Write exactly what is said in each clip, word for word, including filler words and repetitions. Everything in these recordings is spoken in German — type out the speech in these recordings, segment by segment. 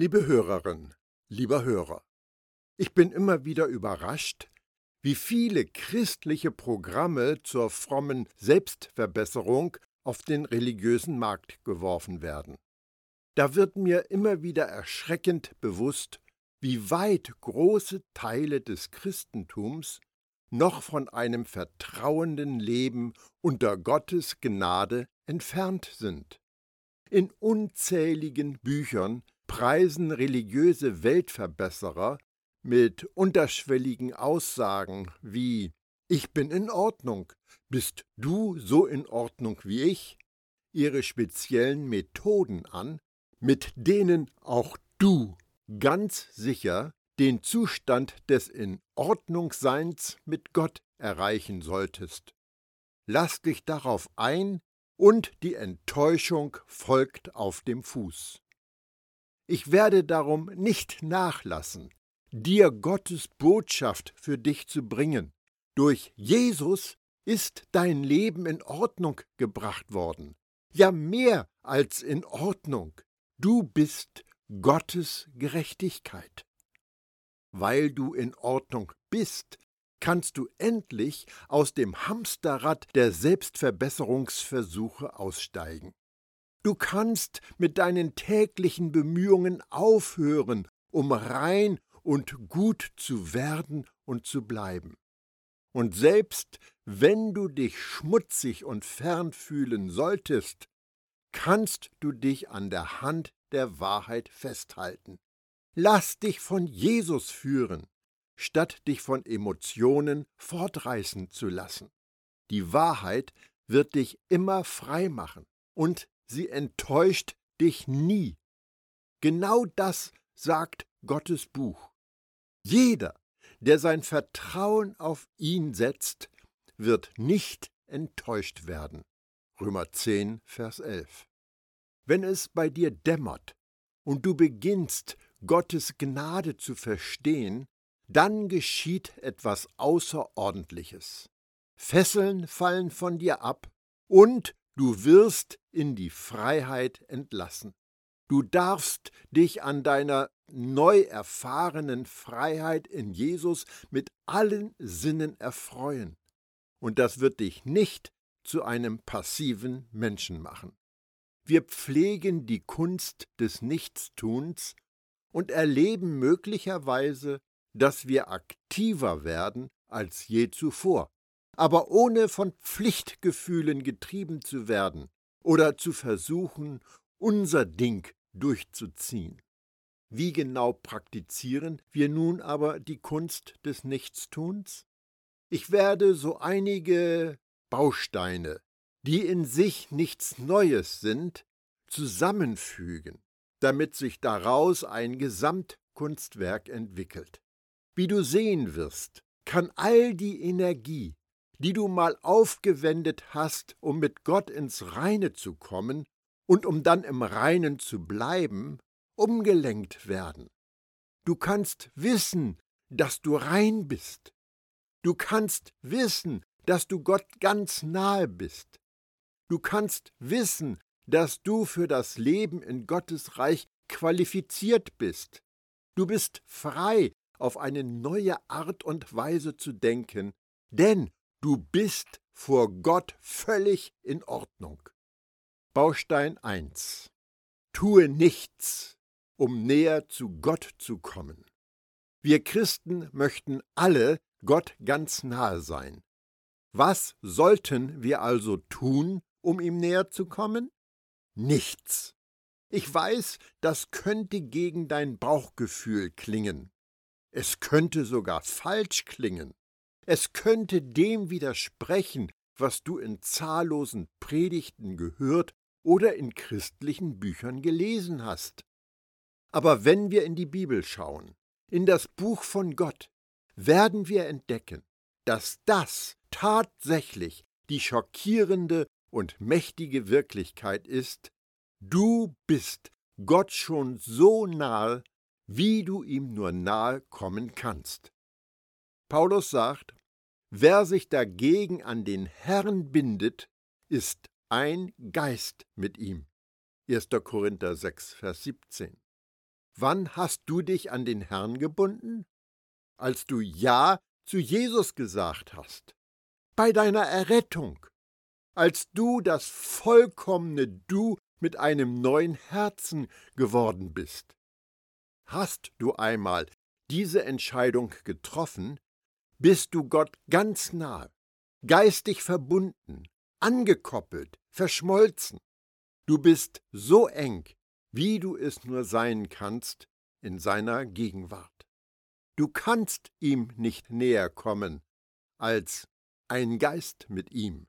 Liebe Hörerin, lieber Hörer, ich bin immer wieder überrascht, wie viele christliche Programme zur frommen Selbstverbesserung auf den religiösen Markt geworfen werden. Da wird mir immer wieder erschreckend bewusst, wie weit große Teile des Christentums noch von einem vertrauenden Leben unter Gottes Gnade entfernt sind. In unzähligen Büchern preisen religiöse Weltverbesserer mit unterschwelligen Aussagen wie »Ich bin in Ordnung, bist du so in Ordnung wie ich?« ihre speziellen Methoden an, mit denen auch du ganz sicher den Zustand des In-Ordnung-Seins mit Gott erreichen solltest. Lass dich darauf ein, und die Enttäuschung folgt auf dem Fuß. Ich werde darum nicht nachlassen, dir Gottes Botschaft für dich zu bringen. Durch Jesus ist dein Leben in Ordnung gebracht worden. Ja, mehr als in Ordnung. Du bist Gottes Gerechtigkeit. Weil du in Ordnung bist, kannst du endlich aus dem Hamsterrad der Selbstverbesserungsversuche aussteigen. Du kannst mit deinen täglichen Bemühungen aufhören, um rein und gut zu werden und zu bleiben. Und selbst wenn du dich schmutzig und fern fühlen solltest, kannst du dich an der Hand der Wahrheit festhalten. Lass dich von Jesus führen, statt dich von Emotionen fortreißen zu lassen. Die Wahrheit wird dich immer frei machen und sie enttäuscht dich nie. Genau das sagt Gottes Buch. Jeder, der sein Vertrauen auf ihn setzt, wird nicht enttäuscht werden. Römer zehn, Vers elf. Wenn es bei dir dämmert und du beginnst, Gottes Gnade zu verstehen, dann geschieht etwas Außerordentliches. Fesseln fallen von dir ab und du wirst in die Freiheit entlassen. Du darfst dich an deiner neu erfahrenen Freiheit in Jesus mit allen Sinnen erfreuen. Und das wird dich nicht zu einem passiven Menschen machen. Wir pflegen die Kunst des Nichtstuns und erleben möglicherweise, dass wir aktiver werden als je zuvor, aber ohne von Pflichtgefühlen getrieben zu werden oder zu versuchen, unser Ding durchzuziehen. Wie genau praktizieren wir nun aber die Kunst des Nichtstuns? Ich werde so einige Bausteine, die in sich nichts Neues sind, zusammenfügen, damit sich daraus ein Gesamtkunstwerk entwickelt. Wie du sehen wirst, kann all die Energie, die du mal aufgewendet hast, um mit Gott ins Reine zu kommen und um dann im Reinen zu bleiben, umgelenkt werden. Du kannst wissen, dass du rein bist. Du kannst wissen, dass du Gott ganz nahe bist. Du kannst wissen, dass du für das Leben in Gottes Reich qualifiziert bist. Du bist frei, auf eine neue Art und Weise zu denken, denn du bist vor Gott völlig in Ordnung. Baustein eins. Tue nichts, um näher zu Gott zu kommen. Wir Christen möchten alle Gott ganz nahe sein. Was sollten wir also tun, um ihm näher zu kommen? Nichts. Ich weiß, das könnte gegen dein Bauchgefühl klingen. Es könnte sogar falsch klingen. Es könnte dem widersprechen, was du in zahllosen Predigten gehört oder in christlichen Büchern gelesen hast. Aber wenn wir in die Bibel schauen, in das Buch von Gott, werden wir entdecken, dass das tatsächlich die schockierende und mächtige Wirklichkeit ist: Du bist Gott schon so nahe, wie du ihm nur nahe kommen kannst. Paulus sagt, wer sich dagegen an den Herrn bindet, ist ein Geist mit ihm. erster Korinther sechs, Vers siebzehn. Wann hast du dich an den Herrn gebunden? Als du Ja zu Jesus gesagt hast, bei deiner Errettung, als du das vollkommene Du mit einem neuen Herzen geworden bist. Hast du einmal diese Entscheidung getroffen, bist du Gott ganz nahe, geistig verbunden, angekoppelt, verschmolzen. Du bist so eng, wie du es nur sein kannst, in seiner Gegenwart. Du kannst ihm nicht näher kommen, als ein Geist mit ihm.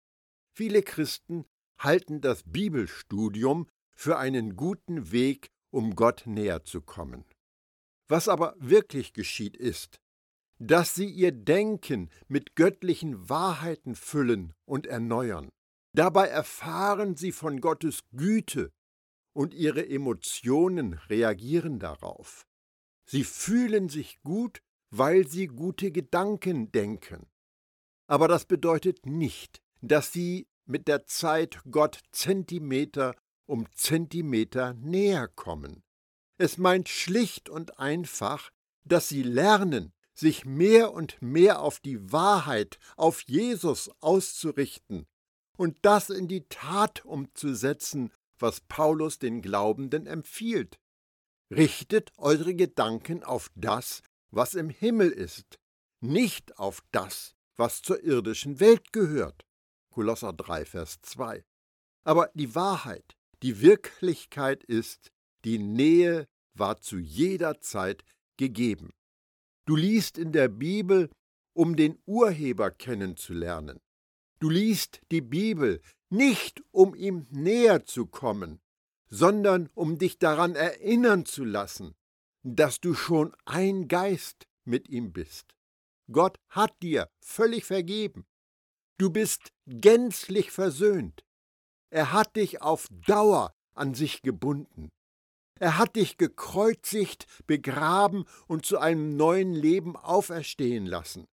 Viele Christen halten das Bibelstudium für einen guten Weg, um Gott näher zu kommen. Was aber wirklich geschieht ist, dass sie ihr Denken mit göttlichen Wahrheiten füllen und erneuern. Dabei erfahren sie von Gottes Güte und ihre Emotionen reagieren darauf. Sie fühlen sich gut, weil sie gute Gedanken denken. Aber das bedeutet nicht, dass sie mit der Zeit Gott Zentimeter um Zentimeter näher kommen. Es meint schlicht und einfach, dass sie lernen, sich mehr und mehr auf die Wahrheit, auf Jesus auszurichten und das in die Tat umzusetzen, was Paulus den Glaubenden empfiehlt. Richtet eure Gedanken auf das, was im Himmel ist, nicht auf das, was zur irdischen Welt gehört. Kolosser drei, Vers zwei. Aber die Wahrheit, die Wirklichkeit ist, die Nähe war zu jeder Zeit gegeben. Du liest in der Bibel, um den Urheber kennenzulernen. Du liest die Bibel nicht, um ihm näher zu kommen, sondern um dich daran erinnern zu lassen, dass du schon ein Geist mit ihm bist. Gott hat dir völlig vergeben. Du bist gänzlich versöhnt. Er hat dich auf Dauer an sich gebunden. Er hat dich gekreuzigt, begraben und zu einem neuen Leben auferstehen lassen.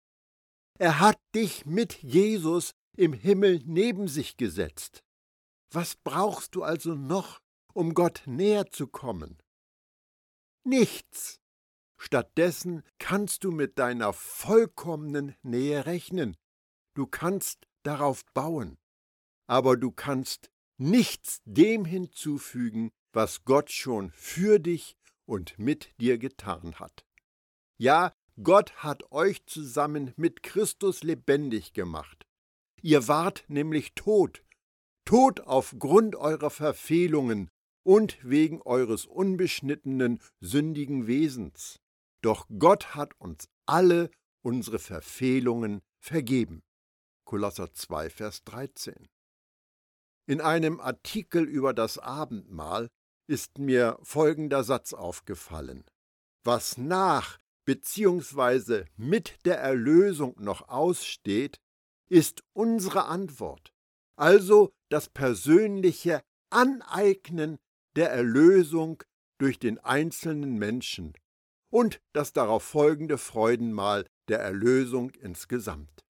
Er hat dich mit Jesus im Himmel neben sich gesetzt. Was brauchst du also noch, um Gott näher zu kommen? Nichts. Stattdessen kannst du mit deiner vollkommenen Nähe rechnen. Du kannst darauf bauen. Aber du kannst nichts dem hinzufügen, was Gott schon für dich und mit dir getan hat. Ja, Gott hat euch zusammen mit Christus lebendig gemacht. Ihr wart nämlich tot, tot aufgrund eurer Verfehlungen und wegen eures unbeschnittenen, sündigen Wesens. Doch Gott hat uns alle unsere Verfehlungen vergeben. Kolosser zwei, Vers dreizehn. In einem Artikel über das Abendmahl ist mir folgender Satz aufgefallen. Was nach bzw. mit der Erlösung noch aussteht, ist unsere Antwort, also das persönliche Aneignen der Erlösung durch den einzelnen Menschen und das darauf folgende Freudenmahl der Erlösung insgesamt.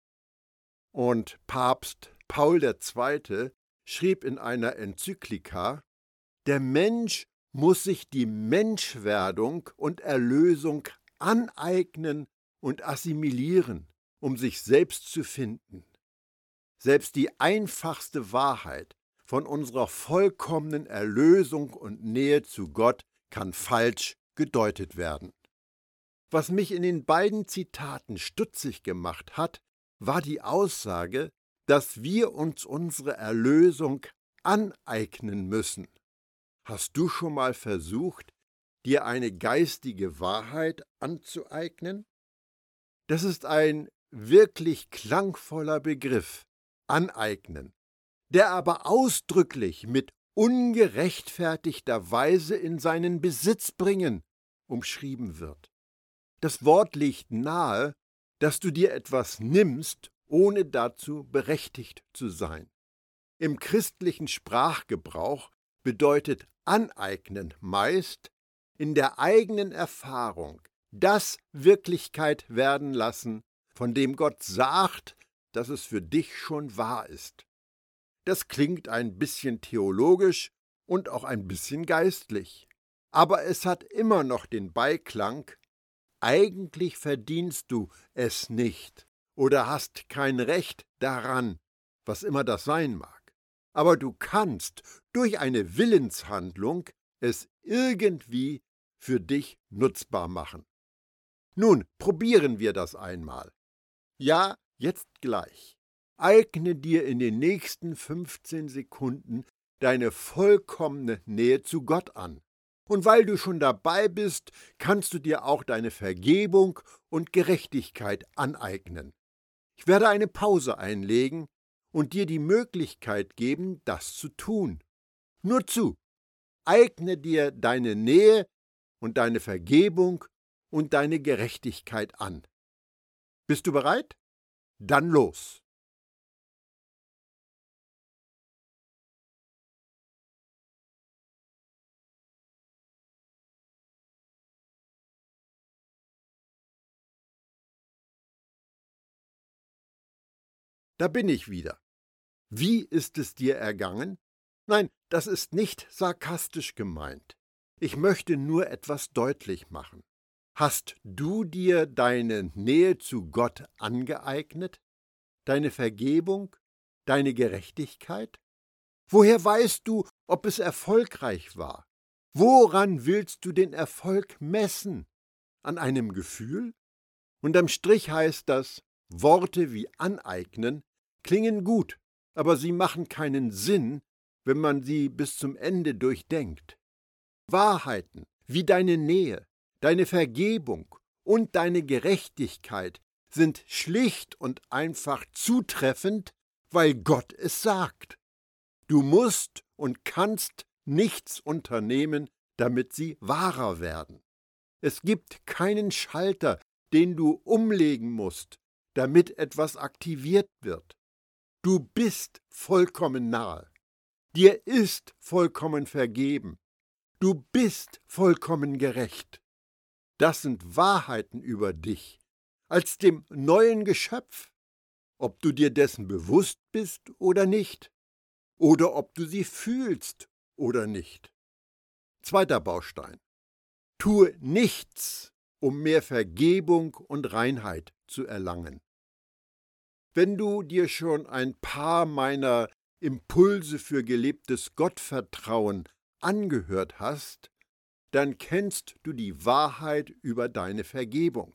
Und Papst Paul der Zweite schrieb in einer Enzyklika, der Mensch muss sich die Menschwerdung und Erlösung aneignen und assimilieren, um sich selbst zu finden. Selbst die einfachste Wahrheit von unserer vollkommenen Erlösung und Nähe zu Gott kann falsch gedeutet werden. Was mich in den beiden Zitaten stutzig gemacht hat, war die Aussage, dass wir uns unsere Erlösung aneignen müssen. Hast du schon mal versucht, dir eine geistige Wahrheit anzueignen? Das ist ein wirklich klangvoller Begriff, aneignen, der aber ausdrücklich mit ungerechtfertigter Weise in seinen Besitz bringen umschrieben wird. Das Wort legt nahe, dass du dir etwas nimmst, ohne dazu berechtigt zu sein. Im christlichen Sprachgebrauch bedeutet aneignen meist in der eigenen Erfahrung das Wirklichkeit werden lassen, von dem Gott sagt, dass es für dich schon wahr ist. Das klingt ein bisschen theologisch und auch ein bisschen geistlich. aber es hat immer noch den Beiklang: Eigentlich verdienst du es nicht oder hast kein Recht daran, was immer das sein mag. Aber du kannst durch eine Willenshandlung es irgendwie für dich nutzbar machen. Nun, probieren wir das einmal. Ja, jetzt gleich. Eigne dir in den nächsten fünfzehn Sekunden deine vollkommene Nähe zu Gott an. Und weil du schon dabei bist, kannst du dir auch deine Vergebung und Gerechtigkeit aneignen. Ich werde eine Pause einlegen und dir die Möglichkeit geben, das zu tun. Nur zu, eigne dir deine Nähe und deine Vergebung und deine Gerechtigkeit an. Bist du bereit? Dann los! Da bin ich wieder. Wie ist es dir ergangen? Nein, das ist nicht sarkastisch gemeint. Ich möchte nur etwas deutlich machen. Hast du dir deine Nähe zu Gott angeeignet? Deine Vergebung? Deine Gerechtigkeit? Woher weißt du, ob es erfolgreich war? Woran willst du den Erfolg messen? An einem Gefühl? Unterm Strich heißt das, Worte wie aneignen klingen gut, aber sie machen keinen Sinn, wenn man sie bis zum Ende durchdenkt. Wahrheiten wie deine Nähe, deine Vergebung und deine Gerechtigkeit sind schlicht und einfach zutreffend, weil Gott es sagt. Du musst und kannst nichts unternehmen, damit sie wahrer werden. Es gibt keinen Schalter, den du umlegen musst, damit etwas aktiviert wird. Du bist vollkommen nahe. Dir ist vollkommen vergeben. Du bist vollkommen gerecht. Das sind Wahrheiten über dich, als dem neuen Geschöpf, ob du dir dessen bewusst bist oder nicht, oder ob du sie fühlst oder nicht. Zweiter Baustein. Tue nichts, um mehr Vergebung und Reinheit zu erlangen. Wenn du dir schon ein paar meiner Impulse für gelebtes Gottvertrauen angehört hast, dann kennst du die Wahrheit über deine Vergebung.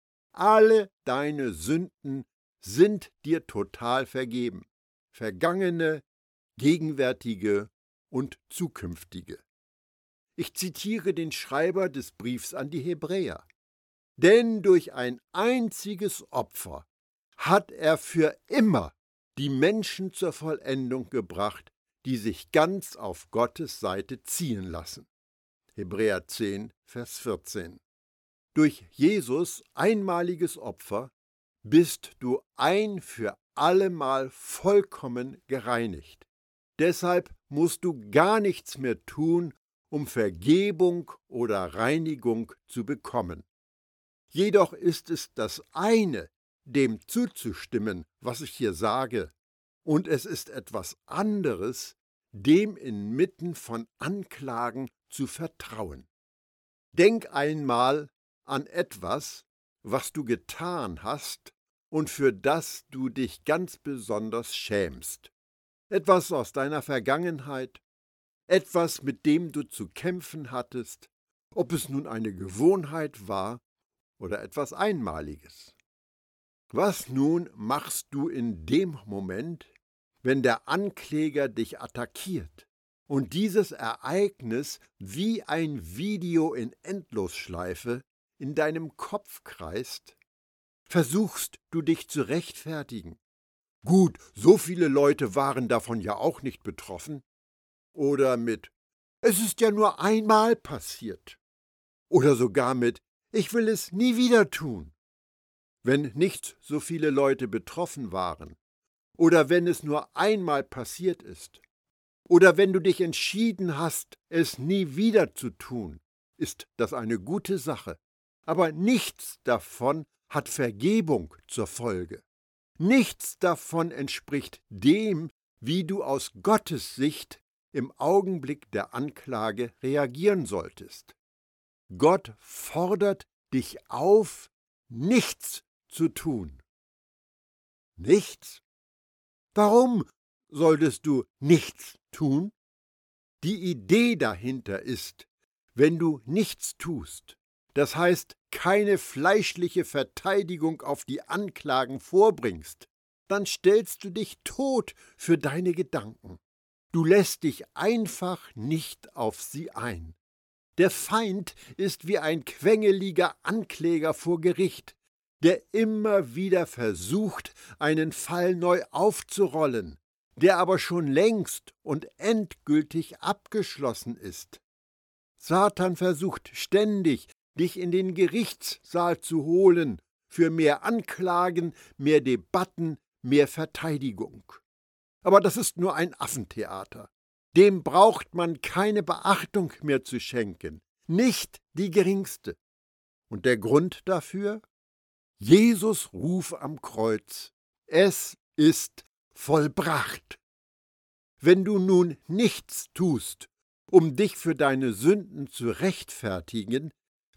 Alle deine Sünden sind dir total vergeben, vergangene, gegenwärtige und zukünftige. Ich zitiere den Schreiber des Briefs an die Hebräer. Denn durch ein einziges Opfer hat er für immer die Menschen zur Vollendung gebracht, die sich ganz auf Gottes Seite ziehen lassen. Hebräer zehn, Vers vierzehn. Durch Jesus einmaliges Opfer bist du ein für allemal vollkommen gereinigt. Deshalb musst du gar nichts mehr tun, um Vergebung oder Reinigung zu bekommen. Jedoch ist es das eine, dem zuzustimmen, was ich hier sage, und es ist etwas anderes, dem inmitten von Anklagen zu vertrauen. Denk einmal an etwas, was du getan hast und für das du dich ganz besonders schämst. Etwas aus deiner Vergangenheit, etwas, mit dem du zu kämpfen hattest, ob es nun eine Gewohnheit war oder etwas Einmaliges. Was nun machst du in dem Moment, wenn der Ankläger dich attackiert und dieses Ereignis wie ein Video in Endlosschleife in deinem Kopf kreist? Versuchst du dich zu rechtfertigen? Gut, so viele Leute waren davon ja auch nicht betroffen. Oder mit »Es ist ja nur einmal passiert«. Oder sogar mit »Ich will es nie wieder tun«. Wenn nicht so viele Leute betroffen waren, oder wenn es nur einmal passiert ist, oder wenn du dich entschieden hast, es nie wieder zu tun, ist das eine gute Sache. Aber nichts davon hat Vergebung zur Folge. Nichts davon entspricht dem, wie du aus Gottes Sicht im Augenblick der Anklage reagieren solltest. Gott fordert dich auf, nichts zu tun. Nichts? Warum solltest du nichts tun? Die Idee dahinter ist, wenn du nichts tust, das heißt keine fleischliche Verteidigung auf die Anklagen vorbringst, dann stellst du dich tot für deine Gedanken. Du lässt dich einfach nicht auf sie ein. Der Feind ist wie ein quengeliger Ankläger vor Gericht, der immer wieder versucht, einen Fall neu aufzurollen, der aber schon längst und endgültig abgeschlossen ist. Satan versucht ständig, dich in den Gerichtssaal zu holen, für mehr Anklagen, mehr Debatten, mehr Verteidigung. Aber das ist nur ein Affentheater. Dem braucht man keine Beachtung mehr zu schenken, nicht die geringste. Und der Grund dafür? Jesus Ruf am Kreuz: Es ist vollbracht. Wenn du nun nichts tust, um dich für deine Sünden zu rechtfertigen,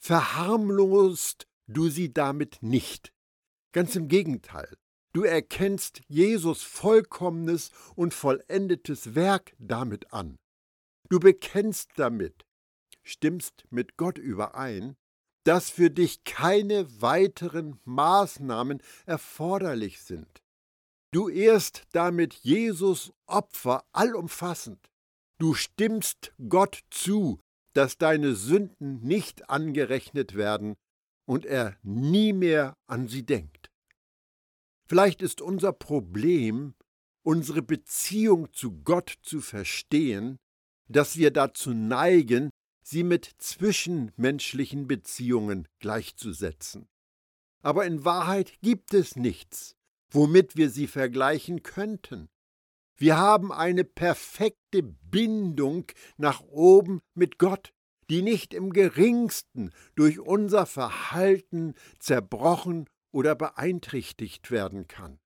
verharmlost du sie damit nicht. Ganz im Gegenteil. Du erkennst Jesus vollkommenes und vollendetes Werk damit an. Du bekennst damit, stimmst mit Gott überein, dass für dich keine weiteren Maßnahmen erforderlich sind. Du ehrst damit Jesus Opfer allumfassend. Du stimmst Gott zu, dass deine Sünden nicht angerechnet werden und er nie mehr an sie denkt. Vielleicht ist unser Problem, unsere Beziehung zu Gott zu verstehen, dass wir dazu neigen, sie mit zwischenmenschlichen Beziehungen gleichzusetzen. Aber in Wahrheit gibt es nichts, womit wir sie vergleichen könnten. Wir haben eine perfekte Bindung nach oben mit Gott, die nicht im geringsten durch unser Verhalten zerbrochen oder beeinträchtigt werden kann.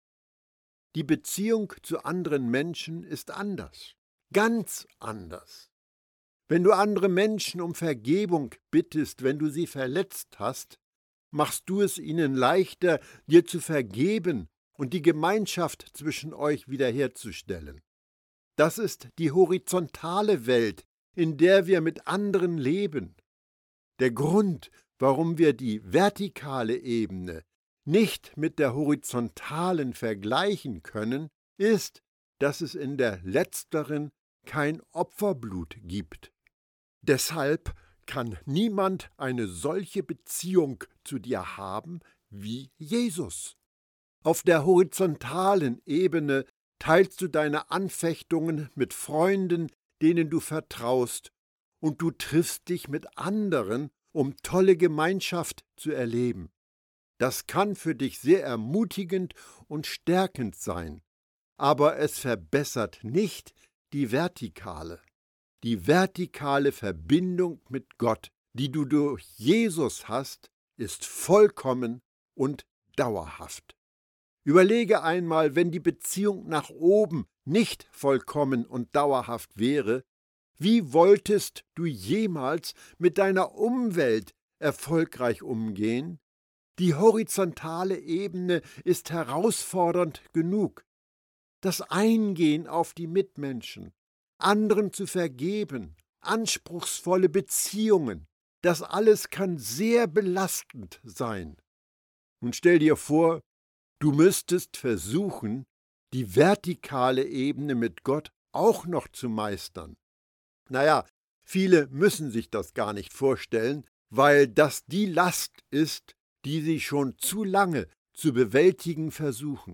Die Beziehung zu anderen Menschen ist anders, ganz anders. Wenn du andere Menschen um Vergebung bittest, wenn du sie verletzt hast, machst du es ihnen leichter, dir zu vergeben und die Gemeinschaft zwischen euch wiederherzustellen. Das ist die horizontale Welt, in der wir mit anderen leben. Der Grund, warum wir die vertikale Ebene nicht mit der horizontalen vergleichen können, ist, dass es in der letzteren kein Opferblut gibt. Deshalb kann niemand eine solche Beziehung zu dir haben wie Jesus. Auf der horizontalen Ebene teilst du deine Anfechtungen mit Freunden, denen du vertraust, und du triffst dich mit anderen, um tolle Gemeinschaft zu erleben. Das kann für dich sehr ermutigend und stärkend sein, aber es verbessert nicht die vertikale. Die vertikale Verbindung mit Gott, die du durch Jesus hast, ist vollkommen und dauerhaft. Überlege einmal, wenn die Beziehung nach oben nicht vollkommen und dauerhaft wäre, wie wolltest du jemals mit deiner Umwelt erfolgreich umgehen? Die horizontale Ebene ist herausfordernd genug. Das Eingehen auf die Mitmenschen, anderen zu vergeben, anspruchsvolle Beziehungen, das alles kann sehr belastend sein. Nun stell dir vor, du müsstest versuchen, die vertikale Ebene mit Gott auch noch zu meistern. Naja, viele müssen sich das gar nicht vorstellen, weil das die Last ist, die sie schon zu lange zu bewältigen versuchen.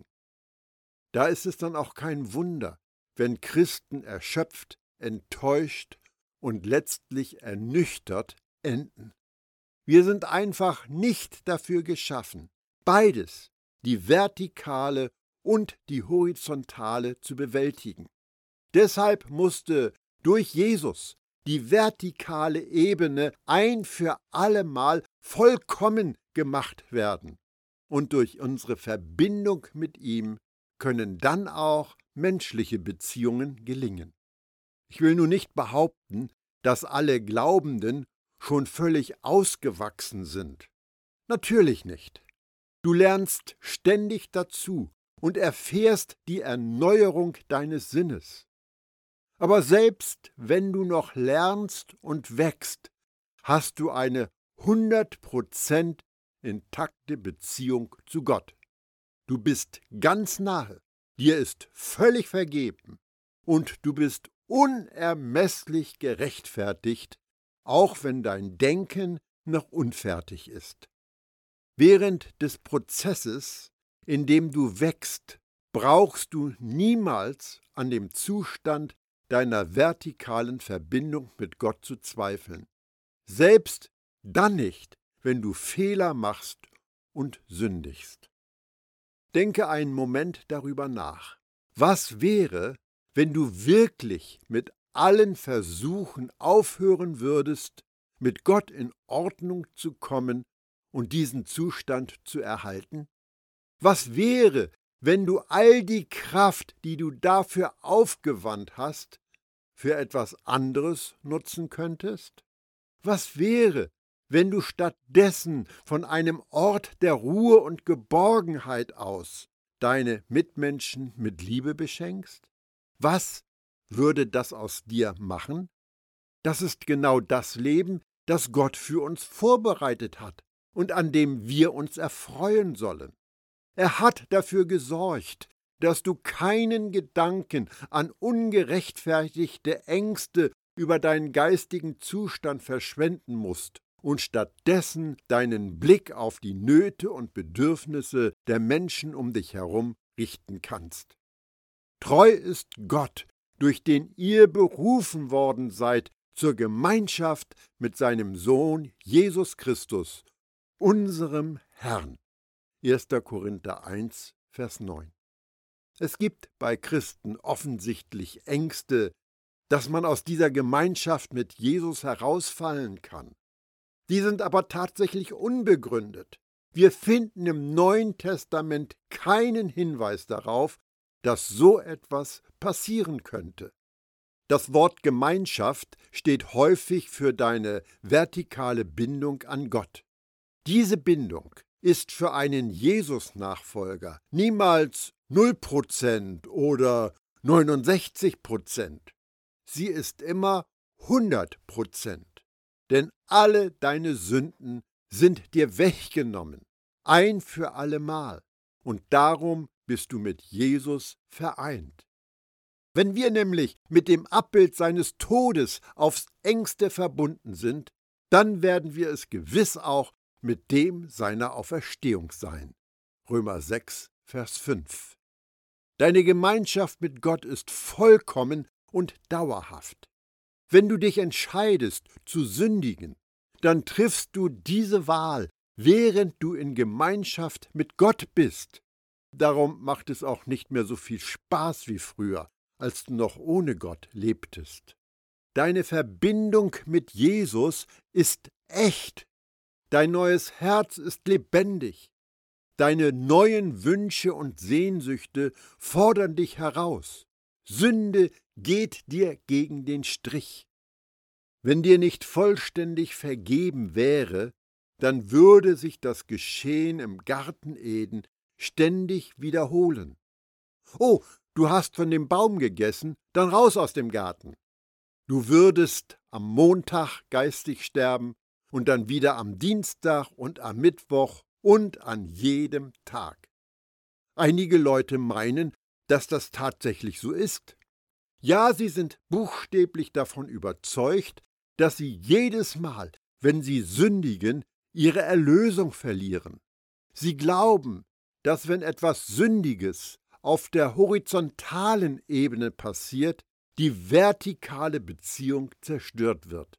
Da ist es dann auch kein Wunder, wenn Christen erschöpft, enttäuscht und letztlich ernüchtert enden. Wir sind einfach nicht dafür geschaffen, beides, die vertikale und die horizontale, zu bewältigen. Deshalb musste durch Jesus die vertikale Ebene ein für allemal vollkommen gemacht werden. Und durch unsere Verbindung mit ihm können dann auch menschliche Beziehungen gelingen. Ich will nun nicht behaupten, dass alle Glaubenden schon völlig ausgewachsen sind. Natürlich nicht. Du lernst ständig dazu und erfährst die Erneuerung deines Sinnes. Aber selbst wenn du noch lernst und wächst, hast du eine hundert Prozent intakte Beziehung zu Gott. Du bist ganz nahe, dir ist völlig vergeben und du bist unermesslich gerechtfertigt, auch wenn dein Denken noch unfertig ist. Während des Prozesses, in dem du wächst, brauchst du niemals an dem Zustand deiner vertikalen Verbindung mit Gott zu zweifeln. Selbst dann nicht, wenn du Fehler machst und sündigst. Denke einen Moment darüber nach. Was wäre, wenn du wirklich mit allen Versuchen aufhören würdest, mit Gott in Ordnung zu kommen und diesen Zustand zu erhalten? Was wäre, wenn du all die Kraft, die du dafür aufgewandt hast, für etwas anderes nutzen könntest? Was wäre, wenn du stattdessen von einem Ort der Ruhe und Geborgenheit aus deine Mitmenschen mit Liebe beschenkst? Was würde das aus dir machen? Das ist genau das Leben, das Gott für uns vorbereitet hat und an dem wir uns erfreuen sollen. Er hat dafür gesorgt, dass du keinen Gedanken an ungerechtfertigte Ängste über deinen geistigen Zustand verschwenden musst und stattdessen deinen Blick auf die Nöte und Bedürfnisse der Menschen um dich herum richten kannst. Treu ist Gott, durch den ihr berufen worden seid zur Gemeinschaft mit seinem Sohn Jesus Christus, unserem Herrn. erster Korinther eins, Vers neun. Es gibt bei Christen offensichtlich Ängste, dass man aus dieser Gemeinschaft mit Jesus herausfallen kann. Die sind aber tatsächlich unbegründet. Wir finden im Neuen Testament keinen Hinweis darauf, dass so etwas passieren könnte. Das Wort Gemeinschaft steht häufig für deine vertikale Bindung an Gott. Diese Bindung ist für einen Jesus-Nachfolger niemals null Prozent oder neunundsechzig Prozent. Sie ist immer hundert Prozent. Denn alle deine Sünden sind dir weggenommen, ein für allemal. Und darum bist du mit Jesus vereint. Wenn wir nämlich mit dem Abbild seines Todes aufs engste verbunden sind, dann werden wir es gewiss auch mit dem seiner Auferstehung sein. Römer sechs, Vers fünf. Deine Gemeinschaft mit Gott ist vollkommen und dauerhaft. Wenn du dich entscheidest, zu sündigen, dann triffst du diese Wahl, während du in Gemeinschaft mit Gott bist. Darum macht es auch nicht mehr so viel Spaß wie früher, als du noch ohne Gott lebtest. Deine Verbindung mit Jesus ist echt. Dein neues Herz ist lebendig. Deine neuen Wünsche und Sehnsüchte fordern dich heraus. Sünde geht dir gegen den Strich. Wenn dir nicht vollständig vergeben wäre, dann würde sich das Geschehen im Garten Eden ständig wiederholen. Oh, du hast von dem Baum gegessen, dann raus aus dem Garten. Du würdest am Montag geistig sterben und dann wieder am Dienstag und am Mittwoch und an jedem Tag. Einige Leute meinen, dass das tatsächlich so ist. Ja, sie sind buchstäblich davon überzeugt, dass sie jedes Mal, wenn sie sündigen, ihre Erlösung verlieren. Sie glauben, dass wenn etwas Sündiges auf der horizontalen Ebene passiert, die vertikale Beziehung zerstört wird.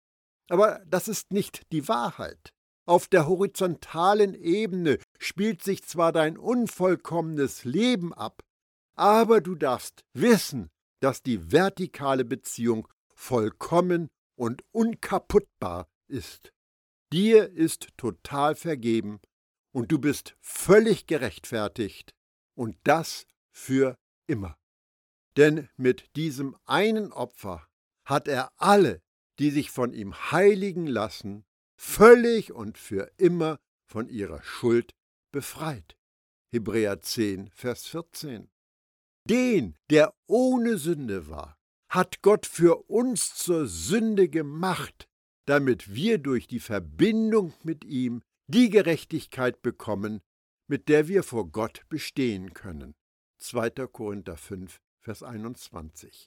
Aber das ist nicht die Wahrheit. Auf der horizontalen Ebene spielt sich zwar dein unvollkommenes Leben ab, aber du darfst wissen, dass die vertikale Beziehung vollkommen und unkaputtbar ist. Dir ist total vergeben und du bist völlig gerechtfertigt und das für immer. Denn mit diesem einen Opfer hat er alle, die sich von ihm heiligen lassen, völlig und für immer von ihrer Schuld befreit. Hebräer zehn, Vers vierzehn. Den, der ohne Sünde war, hat Gott für uns zur Sünde gemacht, damit wir durch die Verbindung mit ihm die Gerechtigkeit bekommen, mit der wir vor Gott bestehen können. zweiter Korinther fünf, Vers einundzwanzig.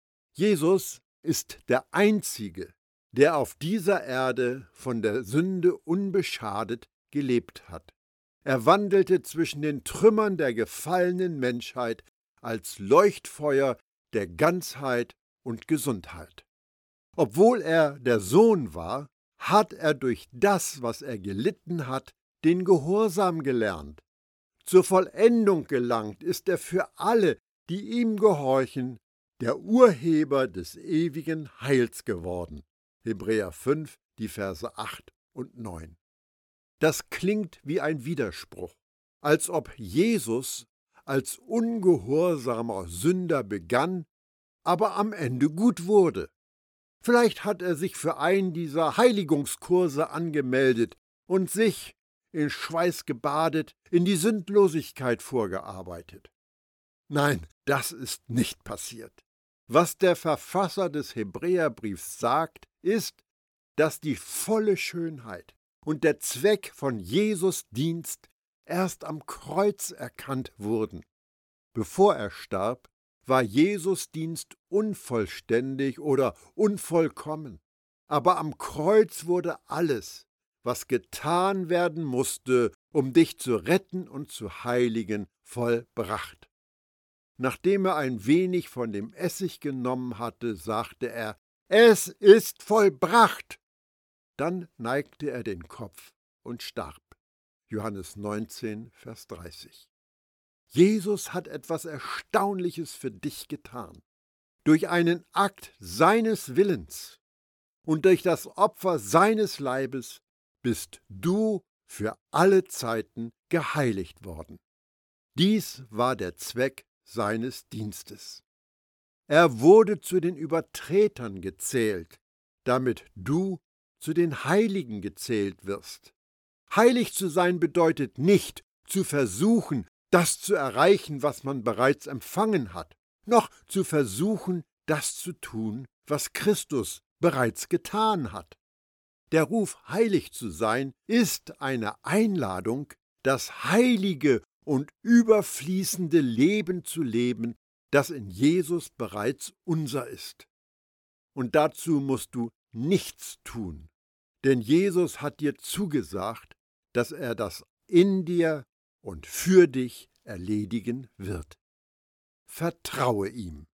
Jesus ist der Einzige, der auf dieser Erde von der Sünde unbeschadet gelebt hat. Er wandelte zwischen den Trümmern der gefallenen Menschheit als Leuchtfeuer der Ganzheit und Gesundheit. Obwohl er der Sohn war, hat er durch das, was er gelitten hat, den Gehorsam gelernt. Zur Vollendung gelangt ist er für alle, die ihm gehorchen, der Urheber des ewigen Heils geworden. Hebräer fünf, die Verse acht und neun. Das klingt wie ein Widerspruch, als ob Jesus als ungehorsamer Sünder begann, aber am Ende gut wurde. Vielleicht hat er sich für einen dieser Heiligungskurse angemeldet und sich, in Schweiß gebadet, in die Sündlosigkeit vorgearbeitet. Nein, das ist nicht passiert. Was der Verfasser des Hebräerbriefs sagt, ist, dass die volle Schönheit und der Zweck von Jesus Dienst erst am Kreuz erkannt wurden. Bevor er starb, war Jesus Dienst unvollständig oder unvollkommen. Aber am Kreuz wurde alles, was getan werden musste, um dich zu retten und zu heiligen, vollbracht. Nachdem er ein wenig von dem Essig genommen hatte, sagte er: Es ist vollbracht! Dann neigte er den Kopf und starb. Johannes neunzehn, Vers dreißig. Jesus hat etwas Erstaunliches für dich getan. Durch einen Akt seines Willens und durch das Opfer seines Leibes bist du für alle Zeiten geheiligt worden. Dies war der Zweck seines Dienstes. Er wurde zu den Übertretern gezählt, damit du zu den Heiligen gezählt wirst. Heilig zu sein bedeutet nicht, zu versuchen, das zu erreichen, was man bereits empfangen hat, noch zu versuchen, das zu tun, was Christus bereits getan hat. Der Ruf, heilig zu sein, ist eine Einladung, das heilige und überfließende Leben zu leben, das in Jesus bereits unser ist. Und dazu musst du nichts tun, denn Jesus hat dir zugesagt, dass er das in dir und für dich erledigen wird. Vertraue ihm.